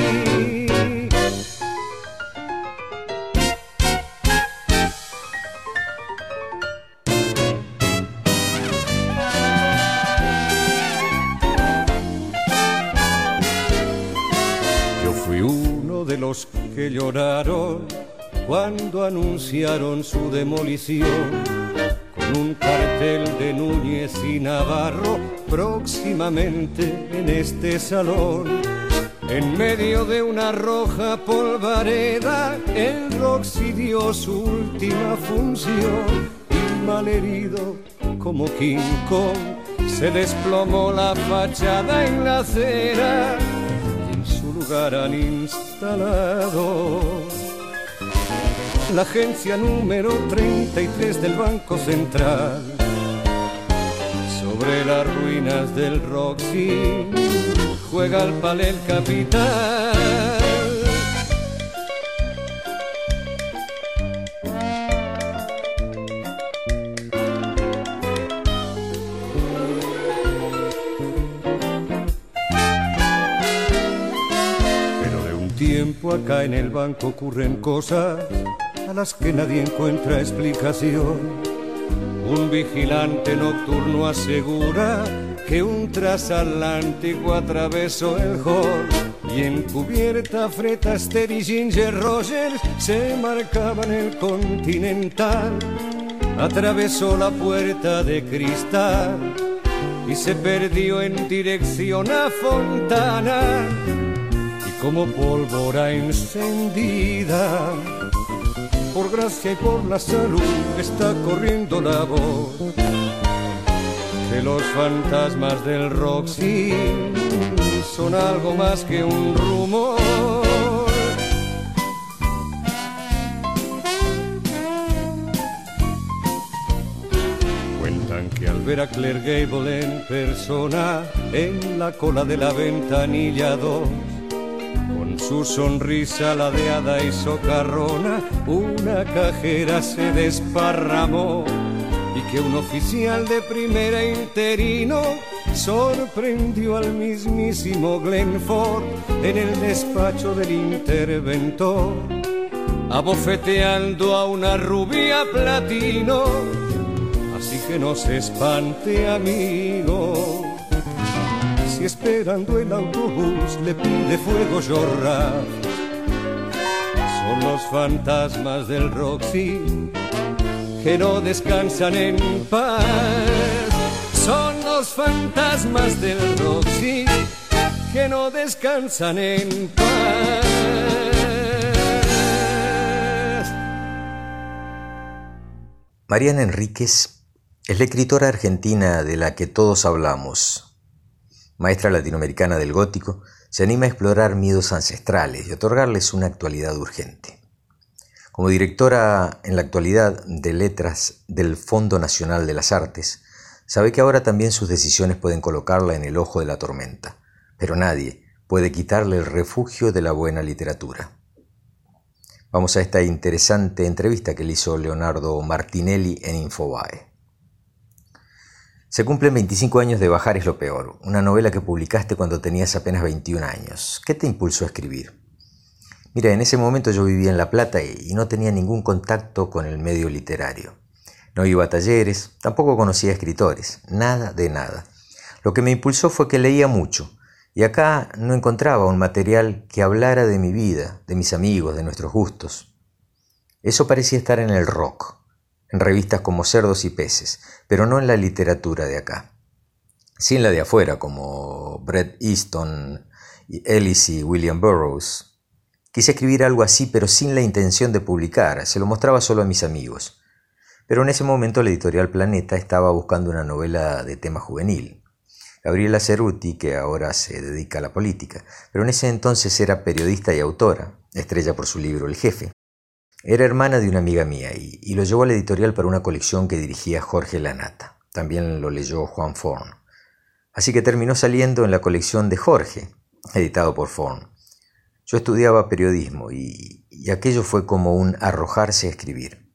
Yo fui uno de los que lloraron cuando anunciaron su demolición, con un cartel de Núñez y Navarro próximamente en este salón. En medio de una roja polvareda, el Roxy dio su última función y malherido como King Kong se desplomó la fachada en la acera y en su lugar han instalado la agencia número treinta y tres del Banco Central. Sobre las ruinas del Roxy juega al palé el capital. Pero de un tiempo acá en el banco ocurren cosas a las que nadie encuentra explicación. Un vigilante nocturno asegura que un transatlántico atravesó el hall y en cubierta Fred Astaire y Ginger Rogers se marcaban el Continental. Atravesó la puerta de cristal y se perdió en dirección a Fontana, y como pólvora encendida, por gracia y por la salud está corriendo la voz que los fantasmas del Roxy son algo más que un rumor. Cuentan que al ver a Claire Gable en persona en la cola de la ventanilla dos, su sonrisa ladeada y socarrona, una cajera se desparramó y que un oficial de primera interino sorprendió al mismísimo Glenn Ford en el despacho del interventor, abofeteando a una rubia platino. Así que no se espante, amigo, si esperando el autobús le pide fuego Jorra. Son los fantasmas del Roxy que no descansan en paz. Son los fantasmas del Roxy que no descansan en paz. Mariana Enríquez es la escritora argentina de la que todos hablamos. Maestra latinoamericana del gótico, se anima a explorar miedos ancestrales y otorgarles una actualidad urgente. Como directora en la actualidad de letras del Fondo Nacional de las Artes, sabe que ahora también sus decisiones pueden colocarla en el ojo de la tormenta, pero nadie puede quitarle el refugio de la buena literatura. Vamos a esta interesante entrevista que le hizo Leonardo Martinelli en Infobae. Se cumplen veinticinco años de Bajar es lo peor, una novela que publicaste cuando tenías apenas veintiún años. ¿Qué te impulsó a escribir? Mira, en ese momento yo vivía en La Plata y no tenía ningún contacto con el medio literario. No iba a talleres, tampoco conocía escritores, nada de nada. Lo que me impulsó fue que leía mucho, y acá no encontraba un material que hablara de mi vida, de mis amigos, de nuestros gustos. Eso parecía estar en el rock, en revistas como Cerdos y Peces, pero no en la literatura de acá. Sí en la de afuera, como Bret Easton Ellis y William Burroughs. Quise escribir algo así, pero sin la intención de publicar, se lo mostraba solo a mis amigos. Pero en ese momento la editorial Planeta estaba buscando una novela de tema juvenil. Gabriela Cerruti, que ahora se dedica a la política, pero en ese entonces era periodista y autora, estrella por su libro El Jefe. Era hermana de una amiga mía y, y lo llevó a la editorial para una colección que dirigía Jorge Lanata. También lo leyó Juan Forn. Así que terminó saliendo en la colección de Jorge, editado por Forn. Yo estudiaba periodismo y, y aquello fue como un arrojarse a escribir.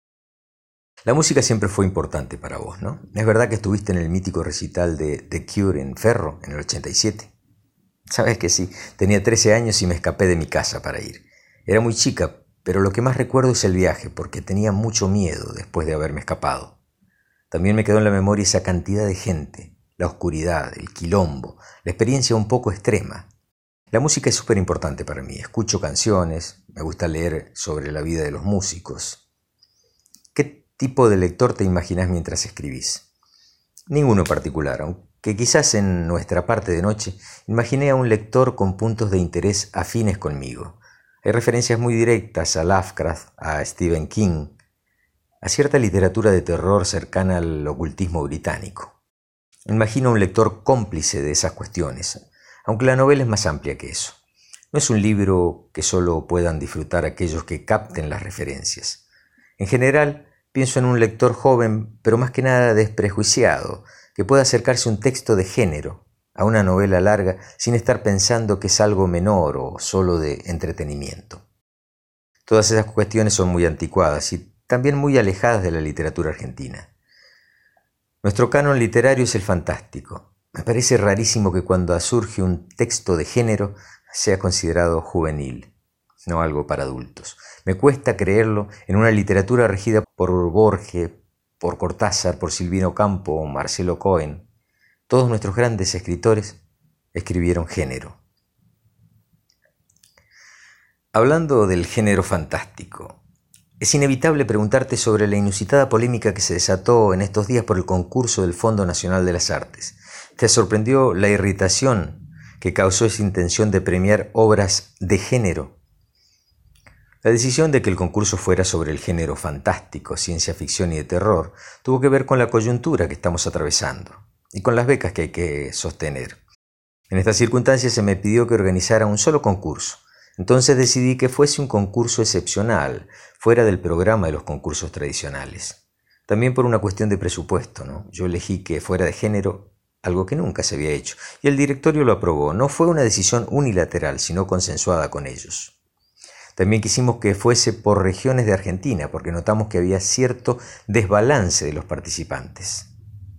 La música siempre fue importante para vos, ¿no? Es verdad que estuviste en el mítico recital de The Cure en Ferro en el ochenta y siete. Sabes que sí, tenía trece años y me escapé de mi casa para ir. Era muy chica, pero lo que más recuerdo es el viaje, porque tenía mucho miedo después de haberme escapado. También me quedó en la memoria esa cantidad de gente, la oscuridad, el quilombo, la experiencia un poco extrema. La música es súper importante para mí. Escucho canciones, me gusta leer sobre la vida de los músicos. ¿Qué tipo de lector te imaginas mientras escribís? Ninguno en particular, aunque quizás en nuestra parte de noche imaginé a un lector con puntos de interés afines conmigo. Hay referencias muy directas a Lovecraft, a Stephen King, a cierta literatura de terror cercana al ocultismo británico. Imagino a un lector cómplice de esas cuestiones, aunque la novela es más amplia que eso. No es un libro que solo puedan disfrutar aquellos que capten las referencias. En general, pienso en un lector joven, pero más que nada desprejuiciado, que pueda acercarse a un texto de género, a una novela larga, sin estar pensando que es algo menor o solo de entretenimiento. Todas esas cuestiones son muy anticuadas y también muy alejadas de la literatura argentina. Nuestro canon literario es el fantástico. Me parece rarísimo que cuando surge un texto de género sea considerado juvenil, no algo para adultos. Me cuesta creerlo en una literatura regida por Borges, por Cortázar, por Silvino Campo o Marcelo Cohen. Todos nuestros grandes escritores escribieron género. Hablando del género fantástico, es inevitable preguntarte sobre la inusitada polémica que se desató en estos días por el concurso del Fondo Nacional de las Artes. ¿Te sorprendió la irritación que causó esa intención de premiar obras de género? La decisión de que el concurso fuera sobre el género fantástico, ciencia ficción y de terror tuvo que ver con la coyuntura que estamos atravesando y con las becas que hay que sostener. En estas circunstancias se me pidió que organizara un solo concurso. Entonces decidí que fuese un concurso excepcional, fuera del programa de los concursos tradicionales. También por una cuestión de presupuesto, ¿no? Yo elegí que fuera de género, algo que nunca se había hecho, y el directorio lo aprobó. No fue una decisión unilateral, sino consensuada con ellos. También quisimos que fuese por regiones de Argentina, porque notamos que había cierto desbalance de los participantes.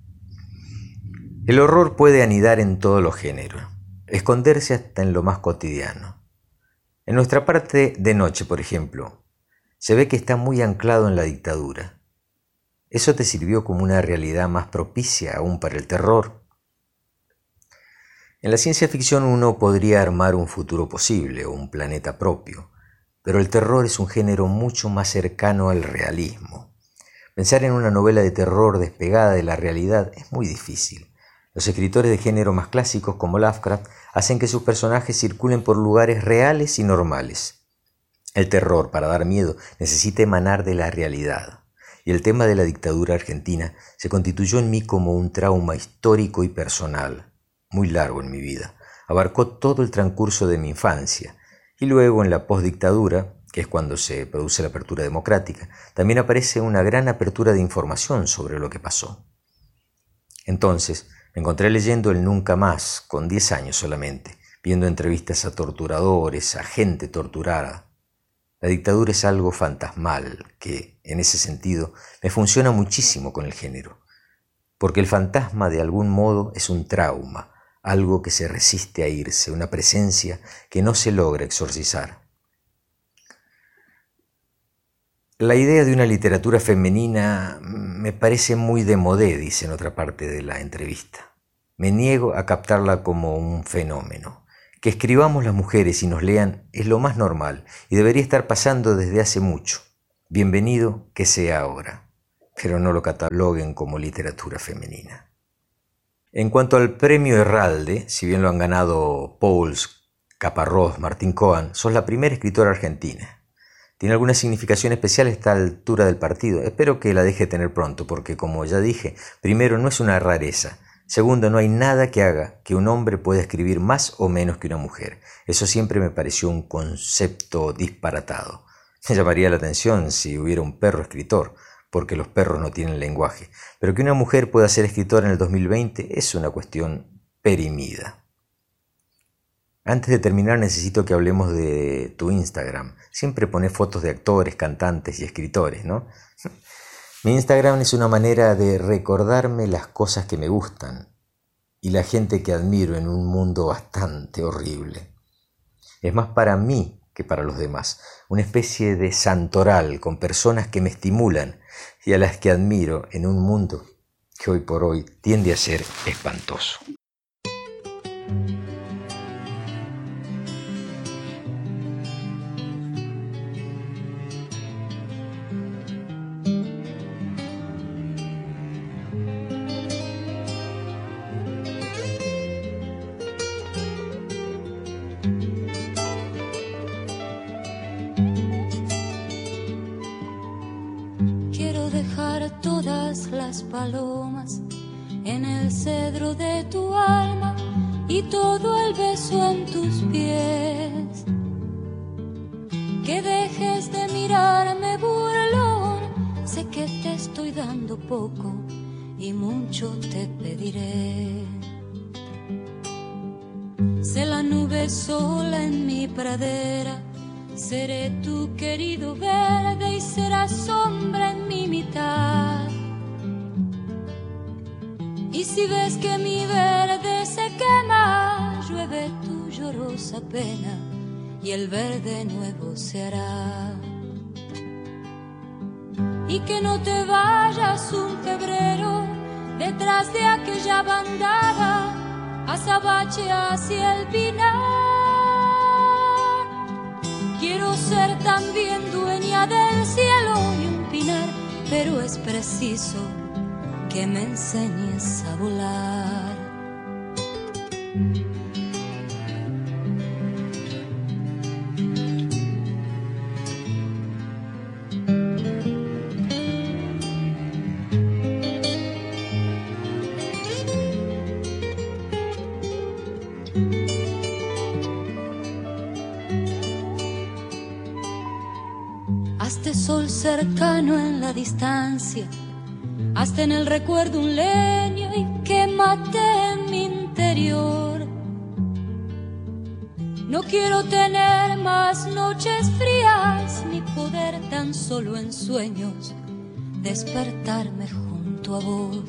El horror puede anidar en todos los géneros, esconderse hasta en lo más cotidiano. En nuestra parte de noche, por ejemplo, se ve que está muy anclado en la dictadura. ¿Eso te sirvió como una realidad más propicia aún para el terror? En la ciencia ficción uno podría armar un futuro posible o un planeta propio, pero el terror es un género mucho más cercano al realismo. Pensar en una novela de terror despegada de la realidad es muy difícil. Los escritores de género más clásicos como Lovecraft hacen que sus personajes circulen por lugares reales y normales. El terror, para dar miedo, necesita emanar de la realidad. Y el tema de la dictadura argentina se constituyó en mí como un trauma histórico y personal, muy largo en mi vida. Abarcó todo el transcurso de mi infancia. Y luego en la postdictadura, que es cuando se produce la apertura democrática, también aparece una gran apertura de información sobre lo que pasó. Entonces, me encontré leyendo El Nunca Más, con diez años solamente, viendo entrevistas a torturadores, a gente torturada. La dictadura es algo fantasmal que, en ese sentido, me funciona muchísimo con el género, porque el fantasma de algún modo es un trauma, algo que se resiste a irse, una presencia que no se logra exorcizar. La idea de una literatura femenina me parece muy démodé, dice en otra parte de la entrevista. Me niego a captarla como un fenómeno. Que escribamos las mujeres y nos lean es lo más normal y debería estar pasando desde hace mucho. Bienvenido que sea ahora, pero no lo cataloguen como literatura femenina. En cuanto al premio Herralde, si bien lo han ganado Pauls, Caparrós, Martín Coan, sos la primera escritora argentina. Tiene alguna significación especial a esta altura del partido. Espero que la deje tener pronto, porque como ya dije, primero no es una rareza. Segundo, no hay nada que haga que un hombre pueda escribir más o menos que una mujer. Eso siempre me pareció un concepto disparatado. Me llamaría la atención si hubiera un perro escritor, porque los perros no tienen lenguaje. Pero que una mujer pueda ser escritora en el dos mil veinte es una cuestión perimida. Antes de terminar necesito que hablemos de tu Instagram. Siempre pones fotos de actores, cantantes y escritores, ¿no? Mi Instagram es una manera de recordarme las cosas que me gustan y la gente que admiro en un mundo bastante horrible. Es más para mí que para los demás, una especie de santoral con personas que me estimulan y a las que admiro en un mundo que hoy por hoy tiende a ser espantoso. Palomas en el cedro de tu alma y todo el beso en tus pies. Que dejes de mirarme burlón, sé que te estoy dando poco y mucho te pediré. Sé la nube sola en mi pradera, seré tu querido verde y serás sombra en mi mitad. Y si ves que mi verde se quema, llueve tu llorosa pena y el verde nuevo se hará. Y que no te vayas un febrero detrás de aquella bandada, azabache hacia el pinar. Quiero ser también dueña del cielo y un pinar, pero es preciso que me enseñes a volar. Hazte sol cercano en la distancia, hasta en el recuerdo un leño y quémate en mi interior. No quiero tener más noches frías, ni poder tan solo en sueños despertarme junto a vos.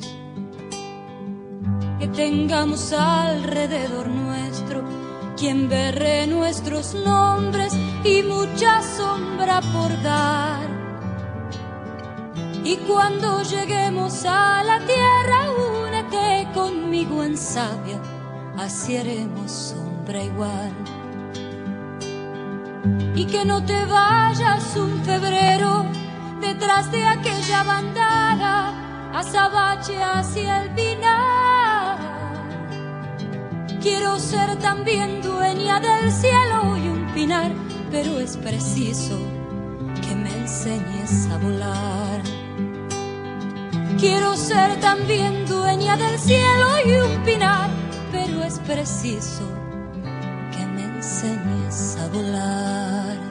Que tengamos alrededor nuestro quien berre nuestros nombres y mucha sombra por dar. Y cuando lleguemos a la tierra, únete conmigo en savia, así haremos sombra igual. Y que no te vayas un febrero detrás de aquella bandada, azabache hacia el pinar. Quiero ser también dueña del cielo y un pinar, pero es preciso que me enseñes a volar. Quiero ser también dueña del cielo y un pinar, pero es preciso que me enseñes a volar.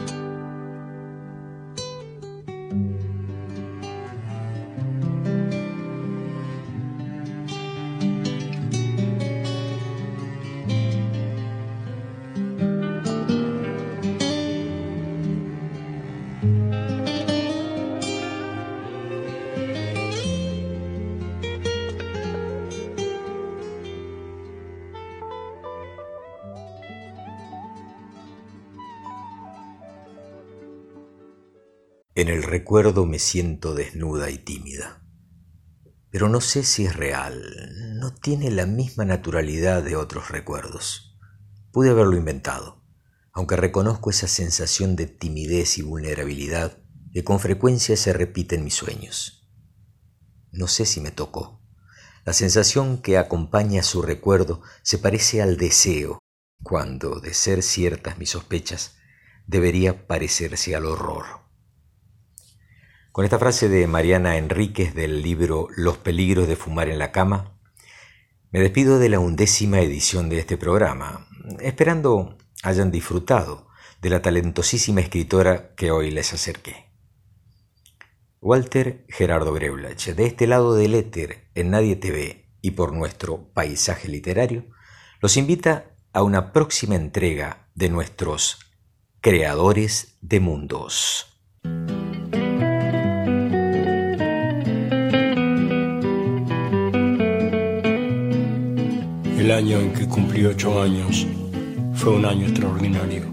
En el recuerdo me siento desnuda y tímida, pero no sé si es real, no tiene la misma naturalidad de otros recuerdos. Pude haberlo inventado, aunque reconozco esa sensación de timidez y vulnerabilidad que con frecuencia se repite en mis sueños. No sé si me tocó. La sensación que acompaña a su recuerdo se parece al deseo, cuando, de ser ciertas mis sospechas, debería parecerse al horror. Con esta frase de Mariana Enríquez del libro Los peligros de fumar en la cama, me despido de la undécima edición de este programa, esperando hayan disfrutado de la talentosísima escritora que hoy les acerqué. Walter Gerardo Greulach, de este lado del éter, en Nadie Te Ve y por nuestro paisaje literario, los invita a una próxima entrega de nuestros Creadores de Mundos. El año en que cumplí ocho años fue un año extraordinario.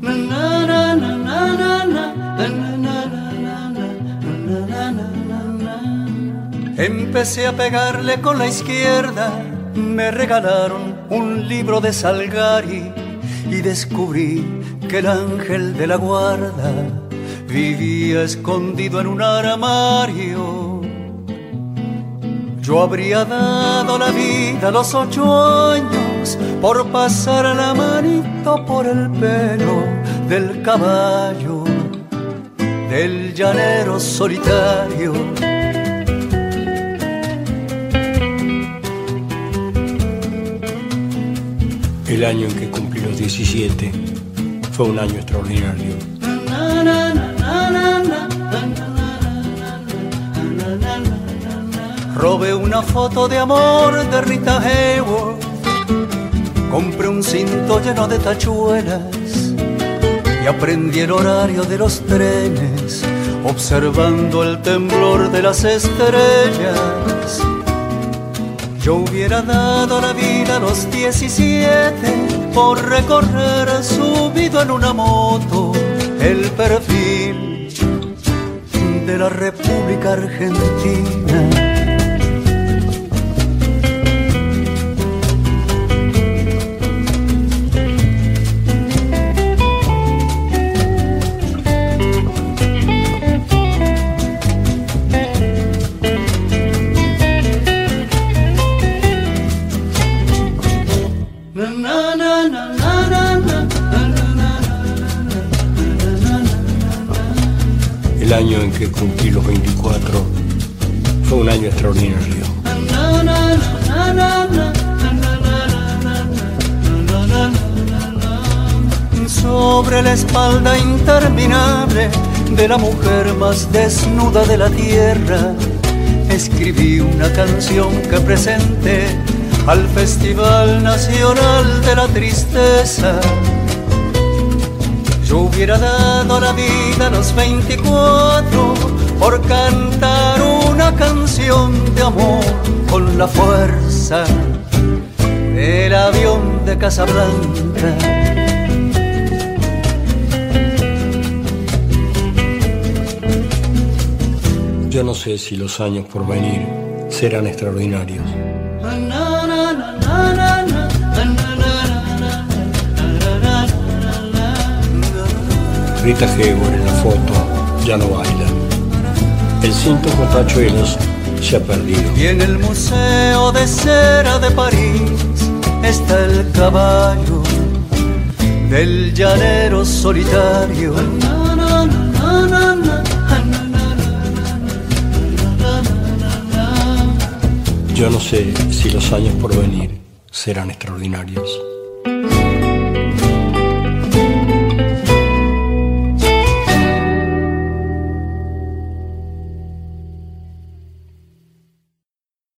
Empecé a pegarle con la izquierda, me regalaron un libro de Salgari y descubrí que el ángel de la guarda vivía escondido en un armario. Yo habría dado la vida a los ocho años por pasar la manito por el pelo del caballo, del llanero solitario. El año en que cumplí los diecisiete fue un año extraordinario. Robé una foto de amor de Rita Hayworth, compré un cinto lleno de tachuelas y aprendí el horario de los trenes, observando el temblor de las estrellas. Yo hubiera dado la vida a los diecisiete por recorrer subido en una moto el perfil de la República Argentina. El año en que cumplí los veinticuatro fue un año extraordinario. Sobre la espalda interminable de la mujer más desnuda de la tierra, escribí una canción que presenté al Festival Nacional de la Tristeza. Yo hubiera dado la vida a los veinticuatro por cantar una canción de amor con la fuerza del avión de Casablanca. Yo no sé si los años por venir serán extraordinarios. Rita Hayworth en la foto ya no baila. El cinto con tachuelos se ha perdido. Y en el Museo de Cera de París está el caballo del llanero solitario. Yo no sé si los años por venir serán extraordinarios.